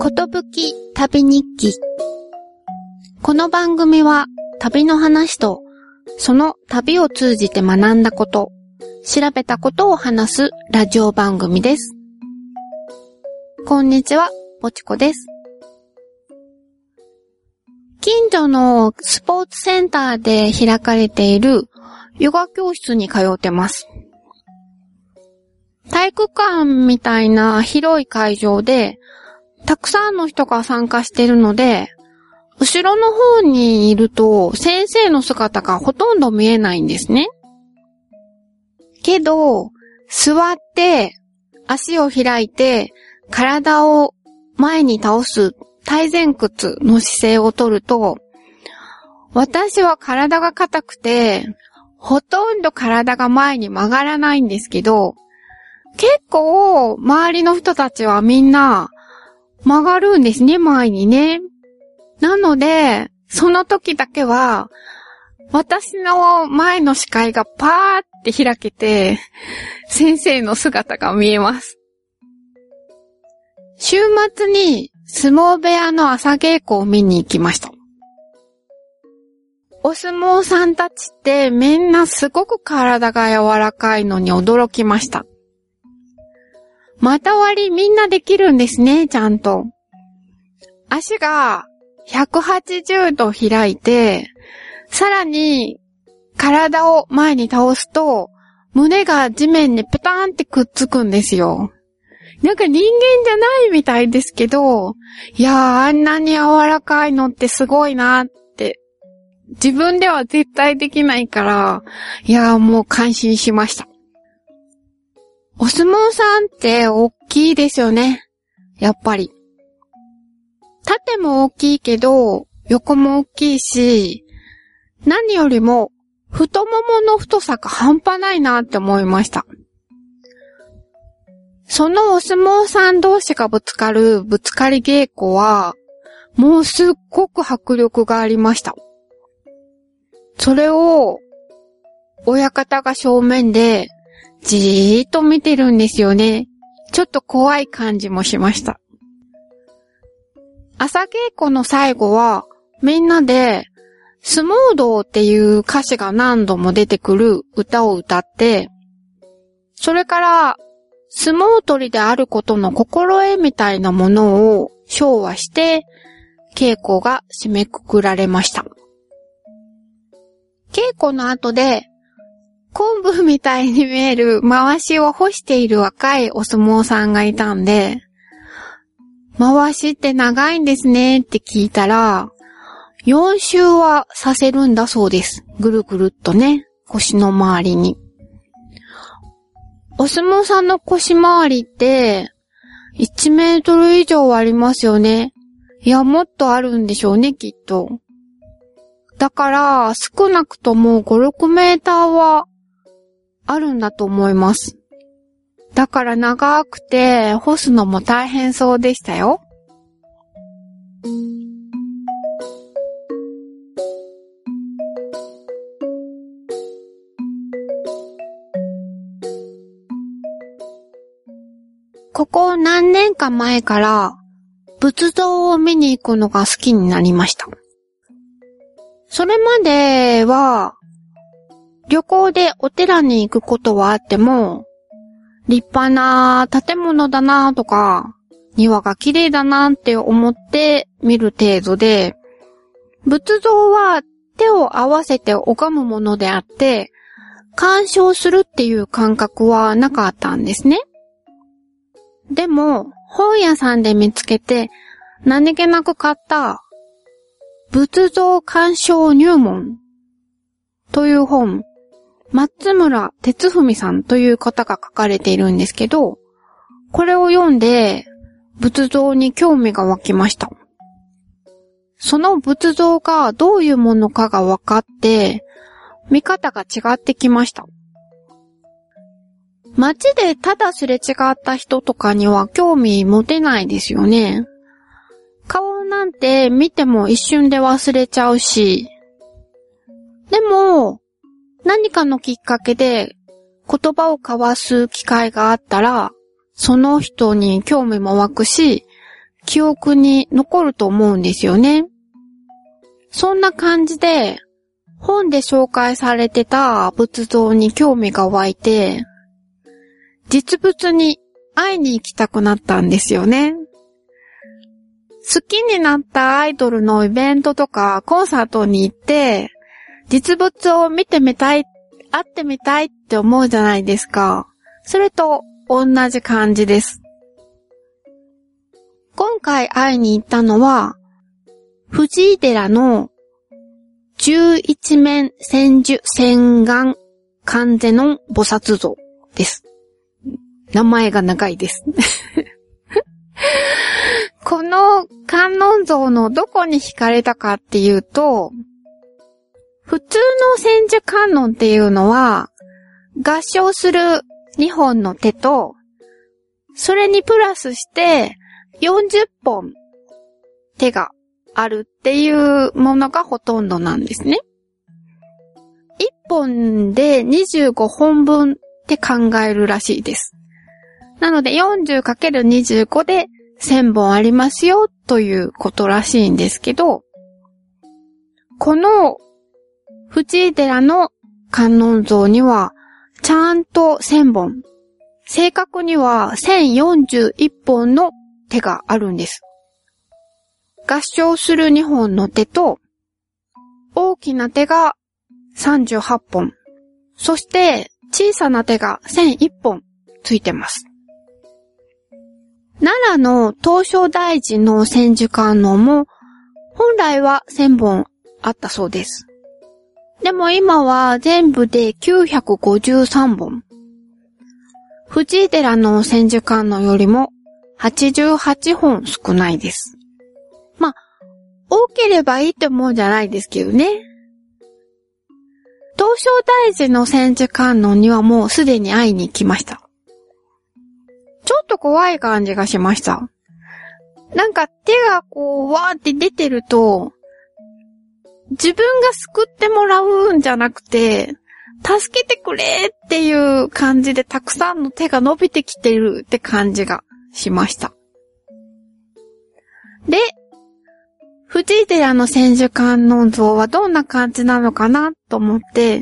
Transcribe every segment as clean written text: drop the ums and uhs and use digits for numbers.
ことぶき旅日記。この番組は旅の話とその旅を通じて学んだこと、調べたことを話すラジオ番組です。こんにちは、ぼちこです。近所のスポーツセンターで開かれているヨガ教室に通ってます。体育館みたいな広い会場でたくさんの人が参加しているので、後ろの方にいると先生の姿がほとんど見えないんですね。けど、座って足を開いて体を前に倒す体前屈の姿勢をとると、私は体が硬くて、ほとんど体が前に曲がらないんですけど、結構周りの人たちはみんな曲がるんですね、前にね。なので、その時だけは、私の前の視界がパーって開けて、先生の姿が見えます。週末に相撲部屋の朝稽古を見に行きました。お相撲さんたちってみんなすごく体が柔らかいのに驚きました。股割りみんなできるんですね、ちゃんと。足が180度開いて、さらに体を前に倒すと、胸が地面にペターンってくっつくんですよ。なんか人間じゃないみたいですけど、いやー、あんなに柔らかいのってすごいなって、自分では絶対できないから、いやーもう感心しました。お相撲さんって大きいですよね。やっぱり。縦も大きいけど、横も大きいし、何よりも太ももの太さが半端ないなって思いました。そのお相撲さん同士がぶつかり稽古は、もうすっごく迫力がありました。それを、親方が正面で、じーっと見てるんですよね。ちょっと怖い感じもしました。朝稽古の最後は、みんなで、相撲道っていう歌詞が何度も出てくる歌を歌って、それから、相撲取りであることの心得みたいなものを唱和して、稽古が締めくくられました。稽古の後で、昆布みたいに見える回しを干している若いお相撲さんがいたんで、回しって長いんですねって聞いたら、4周はさせるんだそうです。ぐるぐるっとね、腰の周りに。お相撲さんの腰回りって1メートル以上ありますよね。いや、もっとあるんでしょうね、きっと。だから少なくとも5、6メーターはあるんだと思います。だから長くて干すのも大変そうでしたよ。ここ何年か前から仏像を見に行くのが好きになりました。それまでは旅行でお寺に行くことはあっても、立派な建物だなとか、庭が綺麗だなって思って見る程度で、仏像は手を合わせて拝むものであって、鑑賞するっていう感覚はなかったんですね。でも、本屋さんで見つけて、何気なく買った仏像鑑賞入門という本、松村哲文さんという方が書かれているんですけど、これを読んで仏像に興味が湧きました。その仏像がどういうものかが分かって、見方が違ってきました。街でただすれ違った人とかには興味持てないですよね。顔なんて見ても一瞬で忘れちゃうし。でも、何かのきっかけで言葉を交わす機会があったら、その人に興味も湧くし、 記憶に残ると思うんですよね。そんな感じで、本で紹介されてた仏像に興味が湧いて、実物に会いに行きたくなったんですよね。好きになったアイドルのイベントとかコンサートに行って、実物を見てみたい、会ってみたいって思うじゃないですか。それと同じ感じです。今回会いに行ったのは、藤井寺の十一面千手千眼観世音菩薩像です。名前が長いです。この観音像のどこに惹かれたかっていうと、普通の千手観音っていうのは、合掌する2本の手と、それにプラスして40本手があるっていうものがほとんどなんですね。1本で25本分って考えるらしいです。なので 40×25 で1000本ありますよということらしいんですけど、この藤井寺の観音像にはちゃんと1000本、正確には1041本の手があるんです。合掌する2本の手と、大きな手が38本、そして小さな手が1001本ついてます。奈良の東照大寺の千手観音も本来は1000本あったそうです。でも今は全部で953本。藤井寺の千手観音よりも88本少ないです。まあ、多ければいいってもんじゃないですけどね。東照大寺の千手観音にはもうすでに会いに行きました。ちょっと怖い感じがしました。なんか手がこう、わーって出てると、自分が救ってもらうんじゃなくて、助けてくれっていう感じでたくさんの手が伸びてきてるって感じがしました。で、藤井寺の千手観音像はどんな感じなのかなと思って、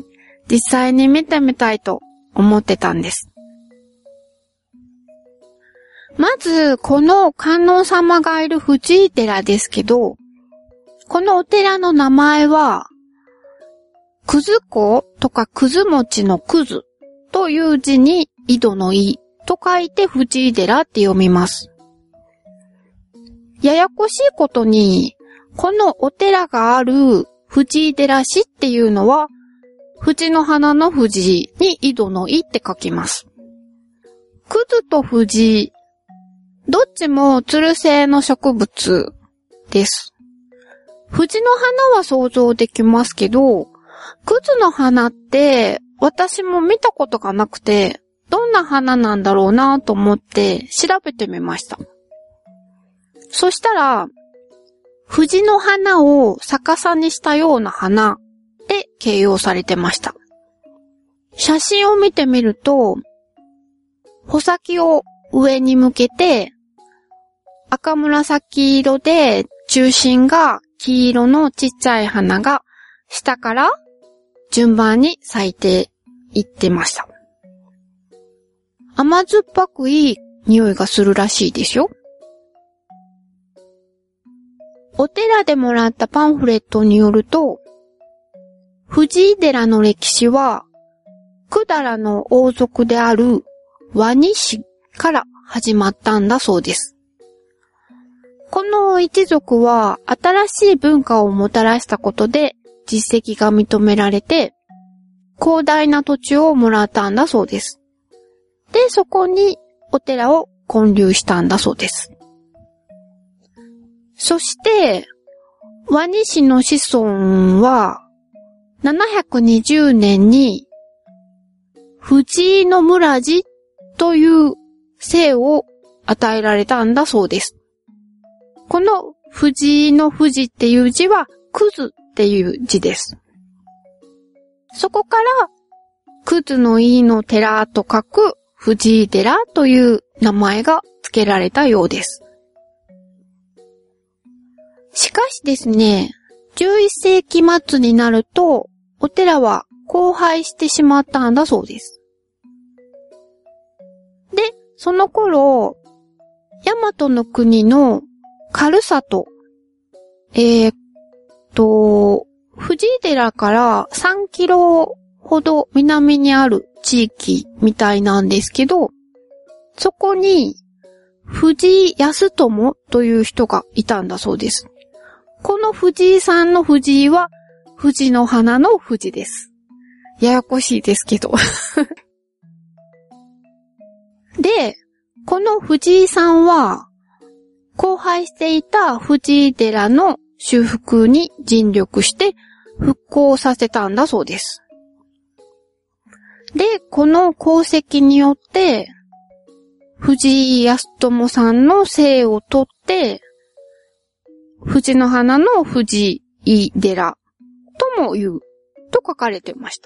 実際に見てみたいと思ってたんです。まず、この観音様がいる藤井寺ですけど、このお寺の名前は、くず粉とかくず餅のくずという字に井戸の井と書いて藤井寺って読みます。ややこしいことに、このお寺がある藤井寺市っていうのは、藤の花の藤に井戸の井って書きます。くずと藤、どっちもつる性の植物です。藤の花は想像できますけど、くずの花って私も見たことがなくて、どんな花なんだろうなと思って調べてみました。そしたら、藤の花を逆さにしたような花で形容されてました。写真を見てみると、穂先を上に向けて、赤紫色で中心が黄色のちっちゃい花が下から順番に咲いていってました。甘酸っぱくいい匂いがするらしいですよ。お寺でもらったパンフレットによると、藤井寺の歴史は、百済の王族である輪氏から始まったんだそうです。この一族は新しい文化をもたらしたことで実績が認められて、広大な土地をもらったんだそうです。で、そこにお寺を建立したんだそうです。そして、輪氏の子孫は、720年に、藤井の村寺という姓を与えられたんだそうです。この藤井の藤っていう字は、くずっていう字です。そこから、くずの井の寺と書く藤井寺という名前が付けられたようです。 しかしですね、11世紀末になると、お寺は荒廃してしまったんだそうです。で、その頃、大和の国の軽里、藤井寺から3キロほど南にある地域みたいなんですけど、そこに藤井康友という人がいたんだそうです。この藤井さんの藤井は藤の花の藤です。ややこしいですけど。で、この藤井さんは荒廃していた藤井寺の修復に尽力して復興させたんだそうです。で、この功績によって、藤井康友さんの姓を取って、藤の花の藤井寺とも言うと書かれてました。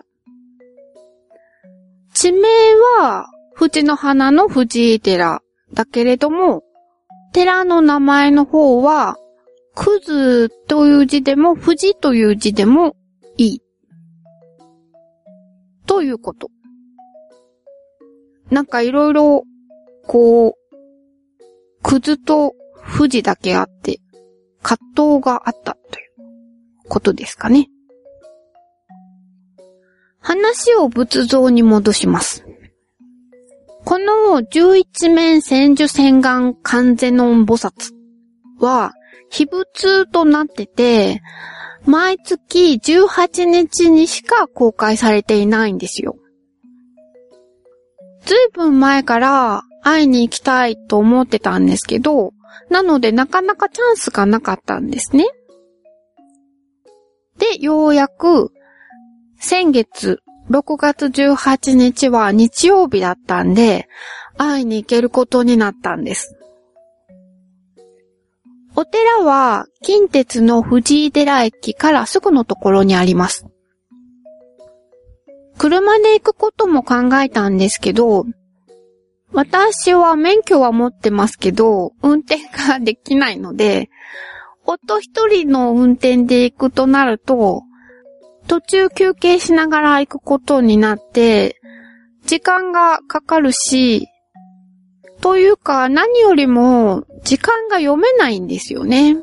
地名は藤の花の藤井寺だけれども、寺の名前の方は、くずという字でも、藤という字でもいい。ということ。なんかいろいろ、くずと藤だけあって、葛藤があったということですかね。話を仏像に戻します。この十一面千手千眼観世音菩薩は、秘仏となってて、毎月18日にしか公開されていないんですよ。ずいぶん前から会いに行きたいと思ってたんですけど、なのでなかなかチャンスがなかったんですね。で、ようやく先月6月18日は日曜日だったんで、会いに行けることになったんです。お寺は近鉄の藤井寺駅からすぐのところにあります。車で行くことも考えたんですけど、私は免許は持ってますけど、運転ができないので、夫一人の運転で行くとなると、途中休憩しながら行くことになって、時間がかかるし、というか何よりも時間が読めないんですよね。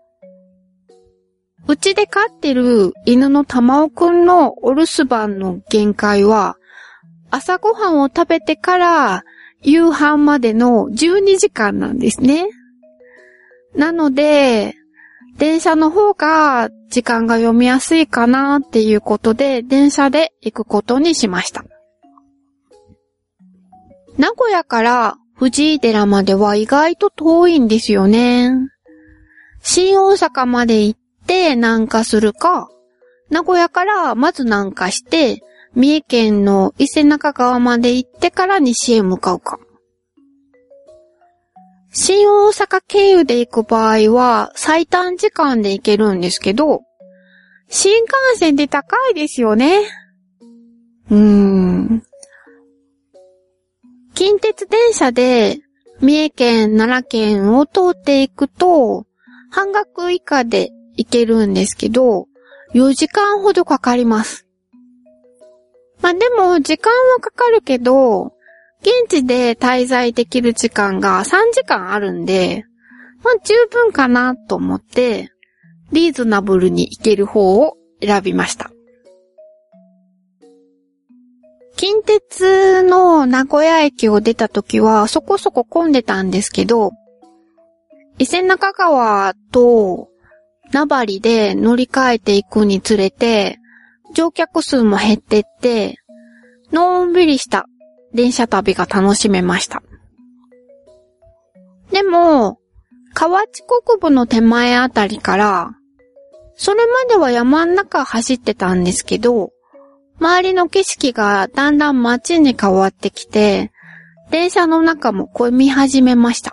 うちで飼ってる犬の玉尾くんのお留守番の限界は、朝ごはんを食べてから夕飯までの12時間なんですね。なので、電車の方が時間が読みやすいかなっていうことで、電車で行くことにしました。名古屋から藤井寺までは意外と遠いんですよね。新大阪まで行って南下するか、名古屋からまず南下して、三重県の伊勢中川まで行ってから西へ向かうか。新大阪経由で行く場合は最短時間で行けるんですけど、新幹線って高いですよね。近鉄電車で三重県、奈良県を通っていくと半額以下で行けるんですけど、4時間ほどかかります。まあでも時間はかかるけど、現地で滞在できる時間が3時間あるんで、まあ十分かなと思って、リーズナブルに行ける方を選びました。近鉄の名古屋駅を出た時はそこそこ混んでたんですけど、伊勢中川と名張で乗り換えていくにつれて、乗客数も減ってって、のんびりした電車旅が楽しめました。でも、河内国部の手前あたりから、それまでは山ん中走ってたんですけど、周りの景色がだんだん街に変わってきて、電車の中も混み始めました。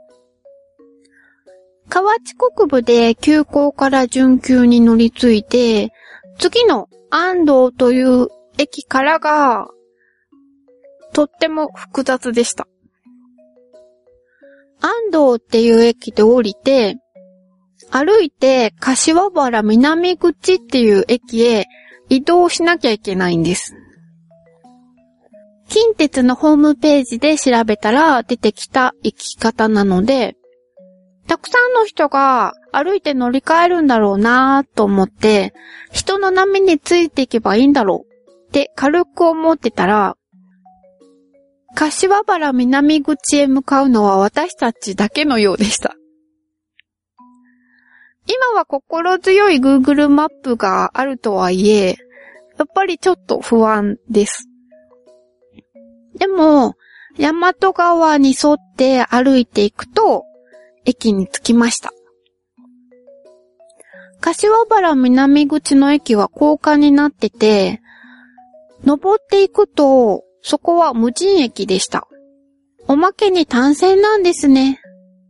河内国部で急行から準急に乗り継いで、次の安藤という駅からが、とっても複雑でした。安藤っていう駅で降りて、 歩いて柏原南口っていう駅へ移動しなきゃいけないんです。近鉄のホームページで調べたら出てきた行き方なので、たくさんの人が歩いて乗り換えるんだろうなぁと思って、人の波についていけばいいんだろうって軽く思ってたら、柏原南口へ向かうのは私たちだけのようでした。今は心強い Google マップがあるとはいえ、やっぱりちょっと不安です。でも、大和川に沿って歩いていくと、駅に着きました。柏原南口の駅は高架になってて、登っていくと、そこは無人駅でした。おまけに単線なんですね。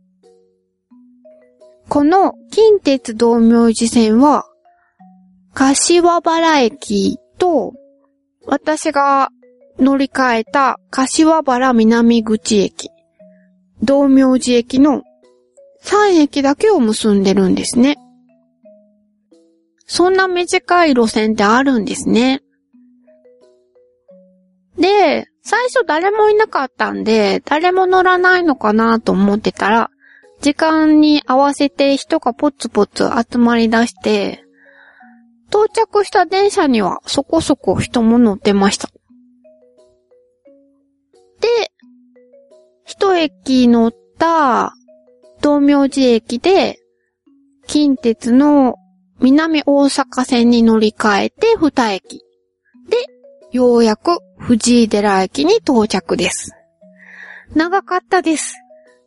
この近鉄道明寺線は、柏原駅と、私が乗り換えた柏原南口駅、道明寺駅の3駅だけを結んでるんですね。そんな短い路線ってあるんですね。で、最初誰もいなかったんで、誰も乗らないのかなと思ってたら、時間に合わせて人がポツポツ集まり出して、到着した電車にはそこそこ人も乗ってました。で、一駅乗った道明寺駅で、近鉄の南大阪線に乗り換えて二駅。で、ようやく藤井寺駅に到着です。長かったです。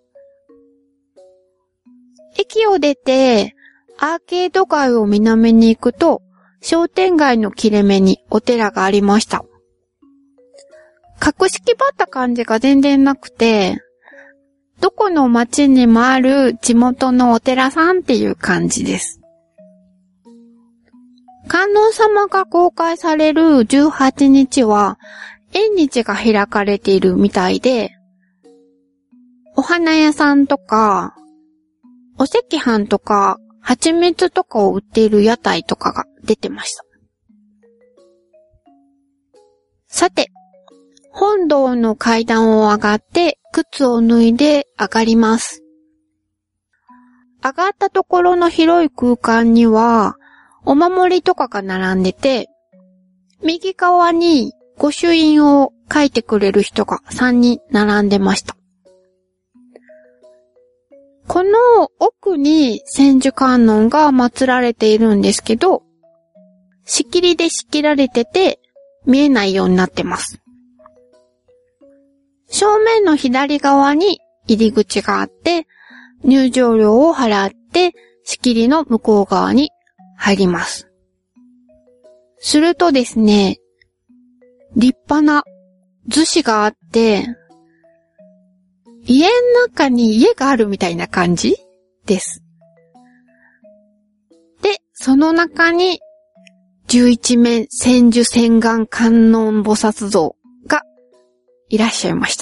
駅を出て、アーケード街を南に行くと、商店街の切れ目にお寺がありました。格式ばった感じが全然なくて、どこの町にもある地元のお寺さんっていう感じです。観音様が公開される18日は、縁日が開かれているみたいで、お花屋さんとか、お赤飯とか、蜂蜜とかを売っている屋台とかが出てました。さて、本堂の階段を上がって靴を脱いで上がります。上がったところの広い空間にはお守りとかが並んでて、右側に御朱印を書いてくれる人が3人並んでました。この奥に千手観音が祀られているんですけど、仕切りで仕切られてて見えないようになってます。正面の左側に入り口があって、入場料を払って仕切りの向こう側に入ります。するとですね、立派な厨子があって、家の中に家があるみたいな感じです。で、その中に11面千手千眼観音菩薩像がいらっしゃいました。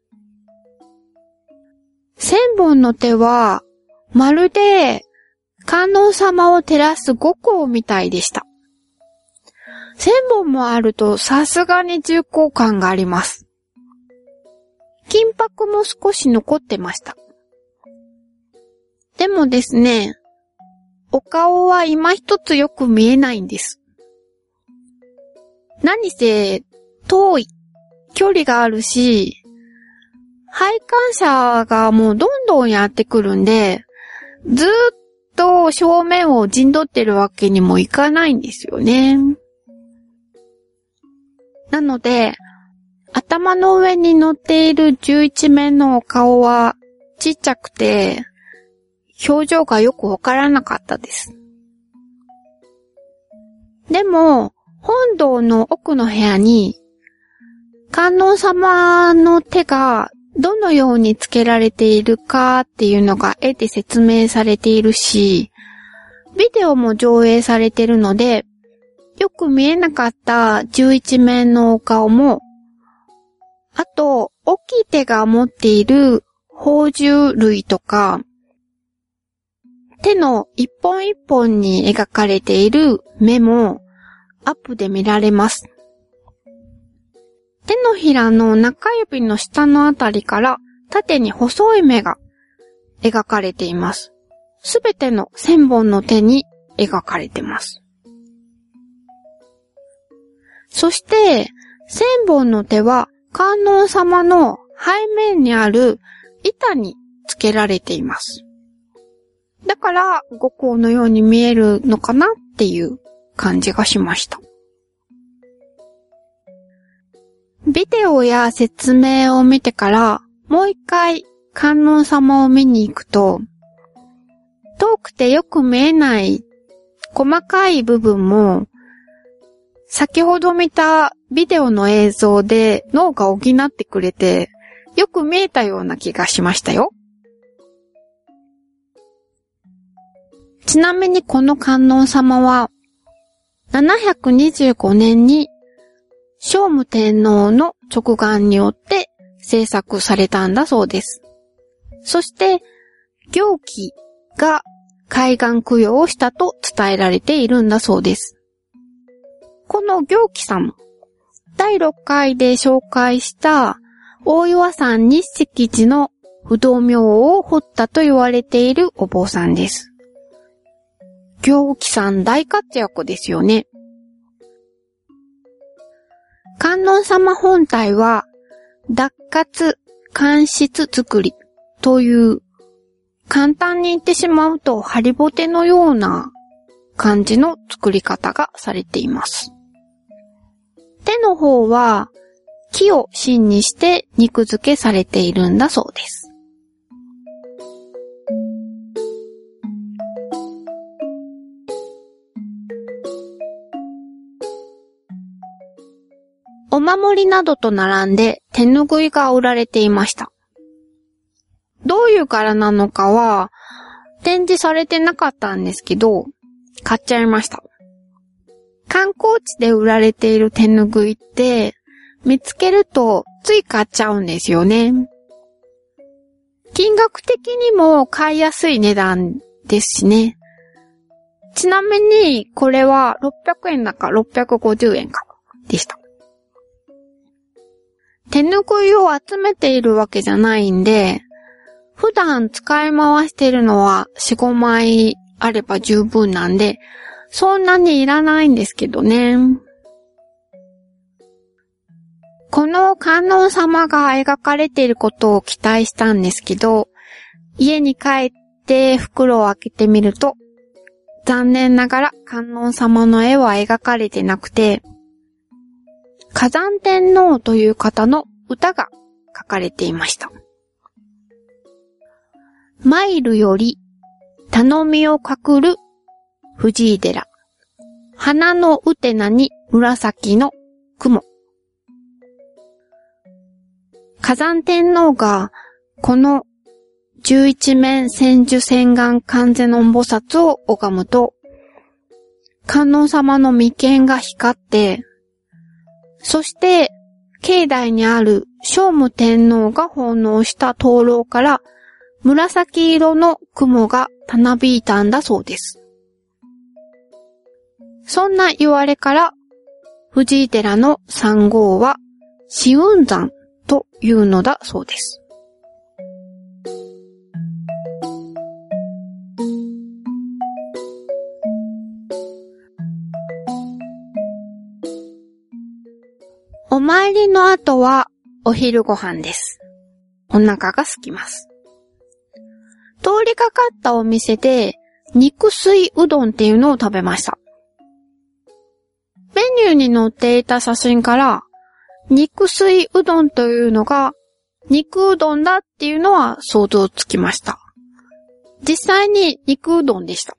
千本の手はまるで観音様を照らす五光みたいでした。千本もあるとさすがに重厚感があります。金箔も少し残ってました。でもですね、お顔は今一つよく見えないんです。何せ遠い、距離があるし、拝観者がもうどんどんやってくるんで、ずーっと正面を陣取ってるわけにもいかないんですよね。なので、頭の上に乗っている11面のお顔はちっちゃくて、表情がよくわからなかったです。でも、本堂の奥の部屋に、観音様の手がどのようにつけられているかっていうのが絵で説明されているし、ビデオも上映されているので、よく見えなかった11面のお顔も、あと、大きい手が持っている宝珠類とか、 手の一本一本に描かれている目もアップで見られます。手のひらの中指の下のあたりから縦に細い目が描かれています。すべての1000本の手に描かれています。そして、1000本の手は観音様の背面にある板につけられています。だから五光のように見えるのかなっていう感じがしました。ビデオや説明を見てからもう一回観音様を見に行くと、遠くてよく見えない細かい部分も先ほど見たビデオの映像で脳が補ってくれてよく見えたような気がしましたよ。ちなみにこの観音様は725年に聖武天皇の勅願によって制作されたんだそうです。そして行基が開眼供養をしたと伝えられているんだそうです。この行基さん、第6回で紹介した大岩山日石寺の不動明王を彫ったと言われているお坊さんです。行基さん大活躍ですよね。観音様本体は脱褐乾漆作りという簡単に言ってしまうとハリボテのような感じの作り方がされています。手の方は木を芯にして肉付けされているんだそうです。お守りなどと並んで手ぬぐいが売られていました。どういう柄なのかは展示されてなかったんですけど、買っちゃいました。観光地で売られている手ぬぐいって見つけるとつい買っちゃうんですよね。金額的にも買いやすい値段ですしね。ちなみにこれは600円だか650円かでした。手ぬぐいを集めているわけじゃないんで、普段使い回しているのは 4,5 枚あれば十分なんで、そんなにいらないんですけどね。この観音様が描かれていることを期待したんですけど、家に帰って袋を開けてみると、残念ながら観音様の絵は描かれてなくて、火山天皇という方の歌が書かれていました。参るより頼みをかくる藤井寺。花のうてなに紫の雲。火山天皇がこの11面千手千眼観世音菩薩を拝むと、観音様の眉間が光って、そして境内にある聖武天皇が奉納した灯籠から紫色の雲がたなびいたんだそうです。そんな言われから藤井寺の三号は紫雲山というのだそうです。お参りの後はお昼ご飯です。お腹が空きます。通りかかったお店で肉水うどんっていうのを食べました。メニューに載っていた写真から肉水うどんというのが肉うどんだっていうのは想像つきました。実際に肉うどんでした。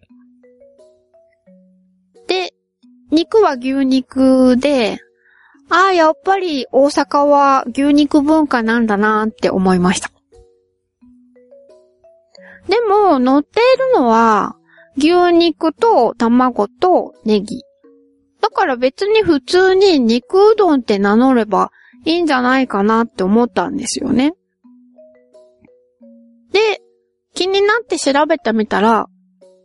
で、肉は牛肉で、やっぱり大阪は牛肉文化なんだなって思いました。でも、乗っているのは、牛肉と卵とネギ。だから別に普通に肉うどんって名乗ればいいんじゃないかなって思ったんですよね。で、気になって調べてみたら、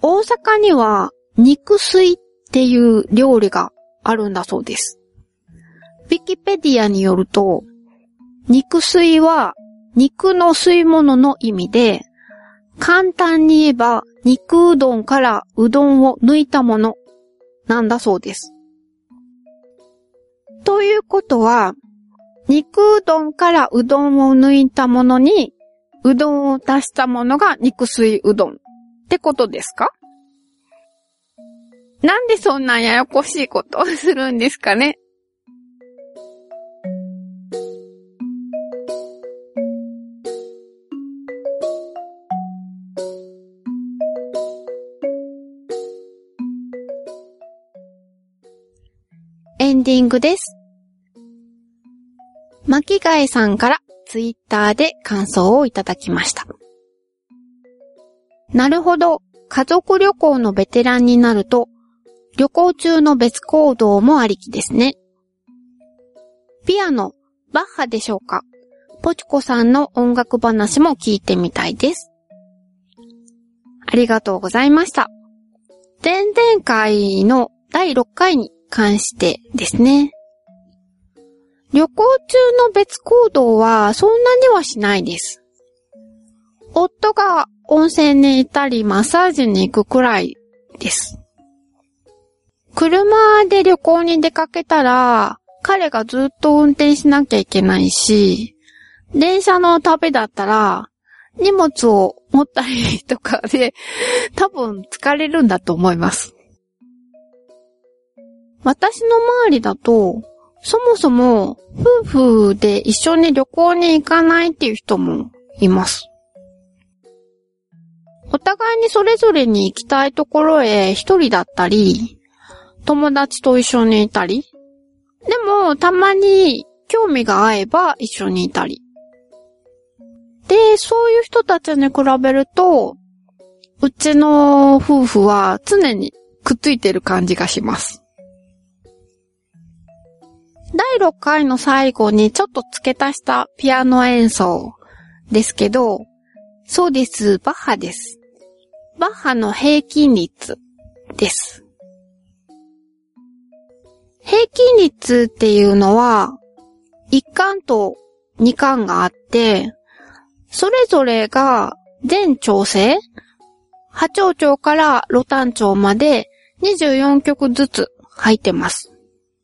大阪には肉水っていう料理があるんだそうです。ウィキペディアによると、肉水は肉の吸い物の意味で、簡単に言えば肉うどんからうどんを抜いたものなんだそうです。ということは、肉うどんからうどんを抜いたものに、うどんを足したものが肉水うどんってことですか？なんでそんなややこしいことをするんですかね？エンディングです。巻貝さんからツイッターで感想をいただきました。なるほど、家族旅行のベテランになると、旅行中の別行動もありきですね。ピアノ、バッハでしょうか？ポチコさんの音楽話も聞いてみたいです。ありがとうございました。前々回の第6回に関してですね。旅行中の別行動はそんなにはしないです。夫が温泉に行ったりマッサージに行くくらいです。車で旅行に出かけたら、彼がずっと運転しなきゃいけないし、電車の旅だったら、荷物を持ったりとかで、多分疲れるんだと思います。私の周りだと、そもそも夫婦で一緒に旅行に行かないっていう人もいます。お互いにそれぞれに行きたいところへ一人だったり、友達と一緒にいたり、でもたまに興味が合えば一緒にいたり。で、そういう人たちに比べると、うちの夫婦は常にくっついてる感じがします。第6回の最後にちょっと付け足したピアノ演奏ですけど、そうです、バッハです。バッハの平均律です。平均律っていうのは、1管と2管があって、それぞれが全調整、波長長からロ単調まで24曲ずつ入ってます。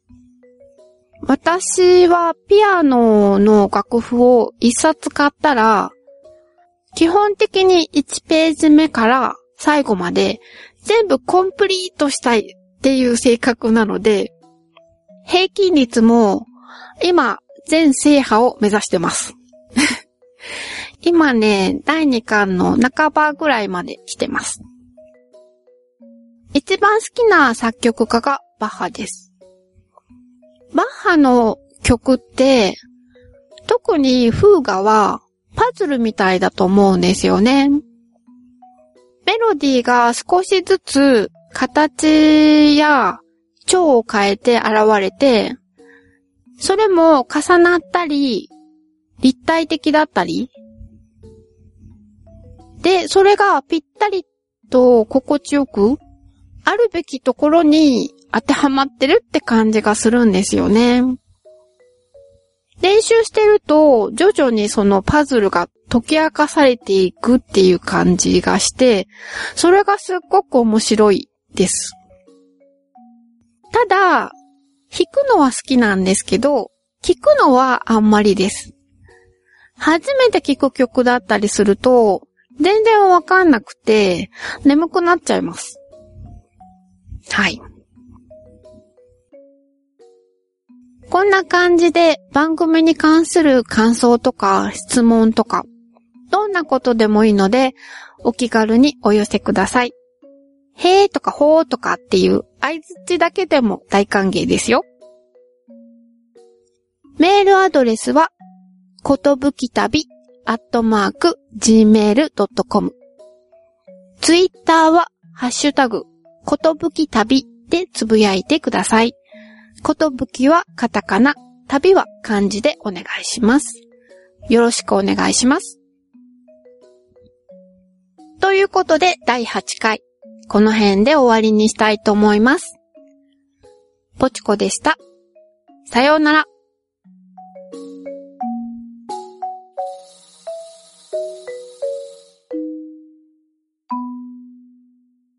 私はピアノの楽譜を1冊買ったら、基本的に1ページ目から最後まで全部コンプリートしたいっていう性格なので、平均率も今全制覇を目指してます。今ね、第2巻の半ばぐらいまで来てます。一番好きな作曲家がバッハです。バッハの曲って、特にフーガはパズルみたいだと思うんですよね。メロディーが少しずつ形や調を変えて現れて、それも重なったり、立体的だったり、で、それがぴったりと心地よく、あるべきところに当てはまってるって感じがするんですよね。練習してると、徐々にそのパズルが解き明かされていくっていう感じがして、それがすっごく面白いです。ただ、弾くのは好きなんですけど、聴くのはあんまりです。初めて聴く曲だったりすると、全然わかんなくて、眠くなっちゃいます。はい。こんな感じで番組に関する感想とか質問とか、どんなことでもいいので、お気軽にお寄せください。へーとかほーとかっていう相槌だけでも大歓迎ですよ。メールアドレスは、ことぶき旅@gmail.com。ツイッターは、ハッシュタグ、ことぶき旅でつぶやいてください。ことぶきはカタカナ、旅は漢字でお願いします。よろしくお願いします。ということで、第8回。 この辺で終わりにしたいと思います。ポチコでした。さようなら。